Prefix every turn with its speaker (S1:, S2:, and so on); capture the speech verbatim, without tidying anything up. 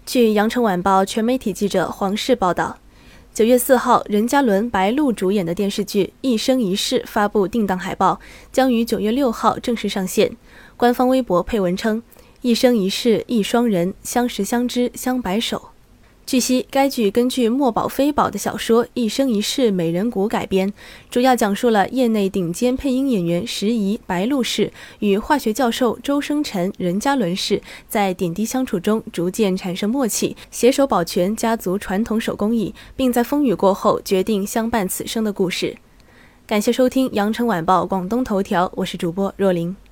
S1: 据羊城晚报全媒体记者黄世报道，九月四号，任嘉伦、白鹿主演的电视剧《一生一世》发布定档海报，将于九月六号正式上线。官方微博配文称：“一生一世一双人，相识相知相白首。”据悉，该剧根据墨宝非宝的小说《一生一世美人谷》改编，主要讲述了业内顶尖配音演员石怡、白鹿氏与化学教授周生辰、任嘉伦氏在点滴相处中逐渐产生默契，携手保全家族传统手工艺，并在风雨过后决定相伴此生的故事。感谢收听羊城晚报广东头条，我是主播若琳。